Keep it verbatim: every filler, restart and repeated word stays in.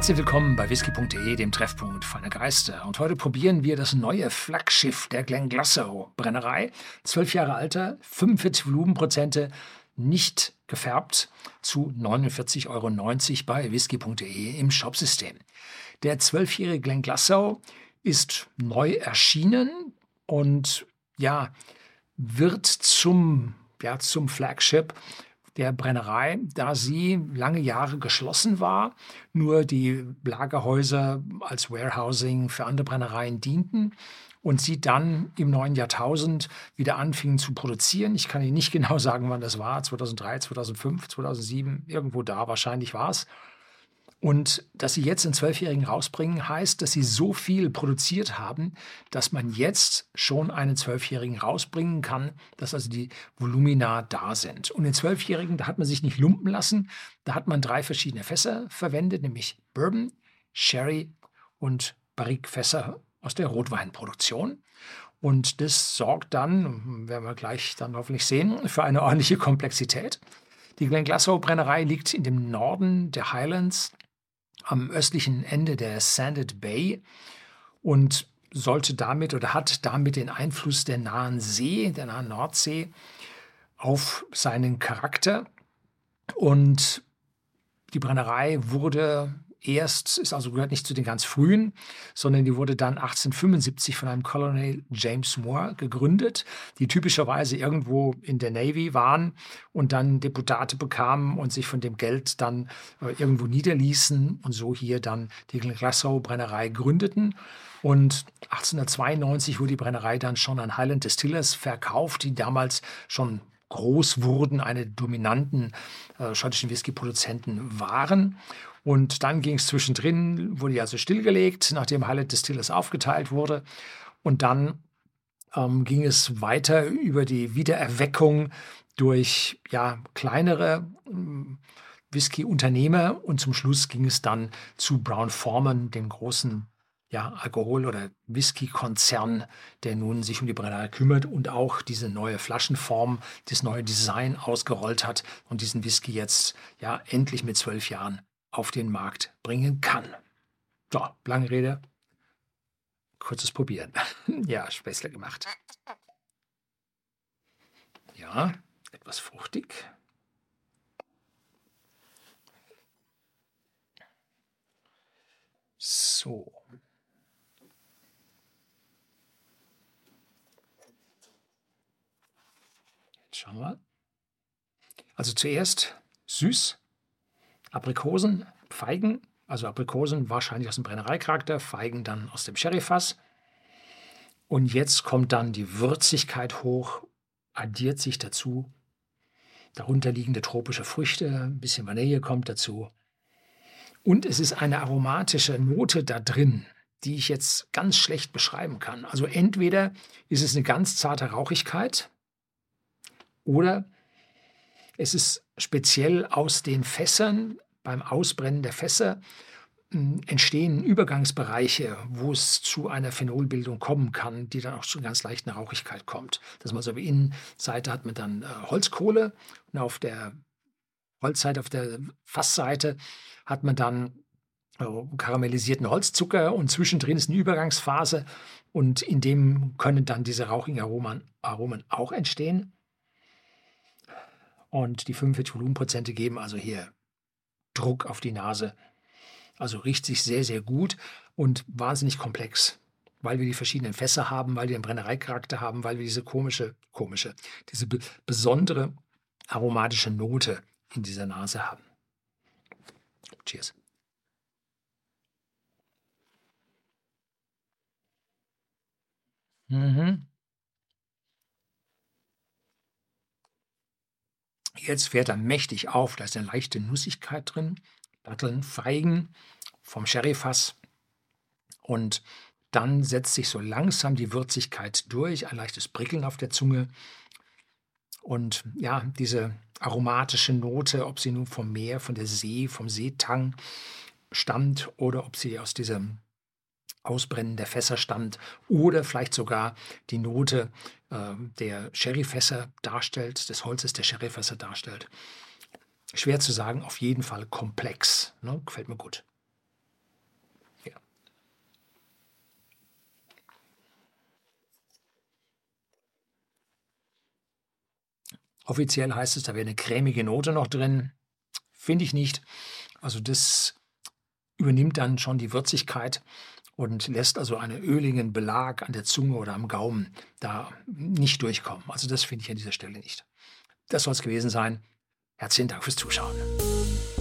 Herzlich willkommen bei whisky punkt de, dem Treffpunkt feiner Geister. Und heute probieren wir das neue Flaggschiff der Glenglassaugh Brennerei. Zwölf Jahre Alter, fünfundvierzig Volumenprozente, nicht gefärbt, zu neunundvierzig Euro neunzig bei whisky punkt de im Shopsystem. Der zwölfjährige Glenglassaugh ist neu erschienen und ja, wird zum, ja, zum Flagship der Brennerei, da sie lange Jahre geschlossen war, nur die Lagerhäuser als Warehousing für andere Brennereien dienten und sie dann im neuen Jahrtausend wieder anfingen zu produzieren. Ich kann Ihnen nicht genau sagen, wann das war, zweitausenddrei, zweitausendfünf, zweitausendsieben, irgendwo da wahrscheinlich war es. Und dass sie jetzt einen Zwölfjährigen rausbringen, heißt, dass sie so viel produziert haben, dass man jetzt schon einen Zwölfjährigen rausbringen kann, dass also die Volumina da sind. Und den Zwölfjährigen, da hat man sich nicht lumpen lassen, da hat man drei verschiedene Fässer verwendet, nämlich Bourbon, Sherry und Barrique-Fässer aus der Rotweinproduktion. Und das sorgt dann, werden wir gleich dann hoffentlich sehen, für eine ordentliche Komplexität. Die Glenglassaugh Brennerei liegt in dem Norden der Highlands, am östlichen Ende der Sanded Bay und sollte damit oder hat damit den Einfluss der nahen See, der nahen Nordsee auf seinen Charakter. Und die Brennerei wurde erst, ist also gehört nicht zu den ganz frühen, sondern die wurde dann achtzehnhundertfünfundsiebzig von einem Colonel James Moore gegründet, die typischerweise irgendwo in der Navy waren und dann Deputate bekamen und sich von dem Geld dann äh, irgendwo niederließen und so hier dann die Glenglassaugh Brennerei gründeten. Und achtzehnhundertzweiundneunzig wurde die Brennerei dann schon an Highland Distillers verkauft, die damals schon groß wurden, eine der dominanten äh, schottischen Whisky-Produzenten waren. Und dann ging es zwischendrin, wurde die also stillgelegt, nachdem Highland Distillers aufgeteilt wurde. Und dann ähm, ging es weiter über die Wiedererweckung durch ja, kleinere ähm, Whisky-Unternehmer. Und zum Schluss ging es dann zu Brown-Forman, dem großen ja, Alkohol- oder Whisky-Konzern, der nun sich um die Brennerei kümmert und auch diese neue Flaschenform, das neue Design ausgerollt hat und diesen Whisky jetzt ja endlich mit zwölf Jahren auf den Markt bringen kann. So, lange Rede, kurzes Probieren. Ja, Späßle gemacht. Ja, etwas fruchtig. So. Jetzt schauen wir. Also zuerst süß. Aprikosen, Feigen, also Aprikosen wahrscheinlich aus dem Brennereicharakter, Feigen dann aus dem Sherryfass. Und jetzt kommt dann die Würzigkeit hoch, addiert sich dazu. Darunter liegende tropische Früchte, ein bisschen Vanille kommt dazu. Und es ist eine aromatische Note da drin, die ich jetzt ganz schlecht beschreiben kann. Also entweder ist es eine ganz zarte Rauchigkeit oder es ist speziell aus den Fässern, beim Ausbrennen der Fässer mh, entstehen Übergangsbereiche, wo es zu einer Phenolbildung kommen kann, die dann auch zu ganz leichten Rauchigkeit kommt. Dass man so wie Innenseite hat man dann äh, Holzkohle und auf der Holzseite, auf der Fassseite hat man dann äh, karamellisierten Holzzucker und zwischendrin ist eine Übergangsphase und in dem können dann diese rauchigen Aromen, Aromen auch entstehen. Und die fünfundvierzig Volumenprozente geben also hier Druck auf die Nase. Also riecht sich sehr, sehr gut und wahnsinnig komplex, weil wir die verschiedenen Fässer haben, weil wir den Brennereicharakter haben, weil wir diese komische, komische, diese be besondere aromatische Note in dieser Nase haben. Cheers. Mhm. Jetzt fährt er mächtig auf, da ist eine leichte Nussigkeit drin, Datteln, Feigen vom Sherryfass und dann setzt sich so langsam die Würzigkeit durch, ein leichtes Prickeln auf der Zunge und ja, diese aromatische Note, ob sie nun vom Meer, von der See, vom Seetang stammt oder ob sie aus diesem Ausbrennen der Fässer stammt oder vielleicht sogar die Note äh, der Sherryfässer darstellt, des Holzes der Sherryfässer darstellt. Schwer zu sagen, auf jeden Fall komplex. Ne? Gefällt mir gut. Offiziell heißt es, da wäre eine cremige Note noch drin. Finde ich nicht. Also das übernimmt dann schon die Würzigkeit und lässt also einen öligen Belag an der Zunge oder am Gaumen da nicht durchkommen. Also das finde ich an dieser Stelle nicht. Das soll es gewesen sein. Herzlichen Dank fürs Zuschauen.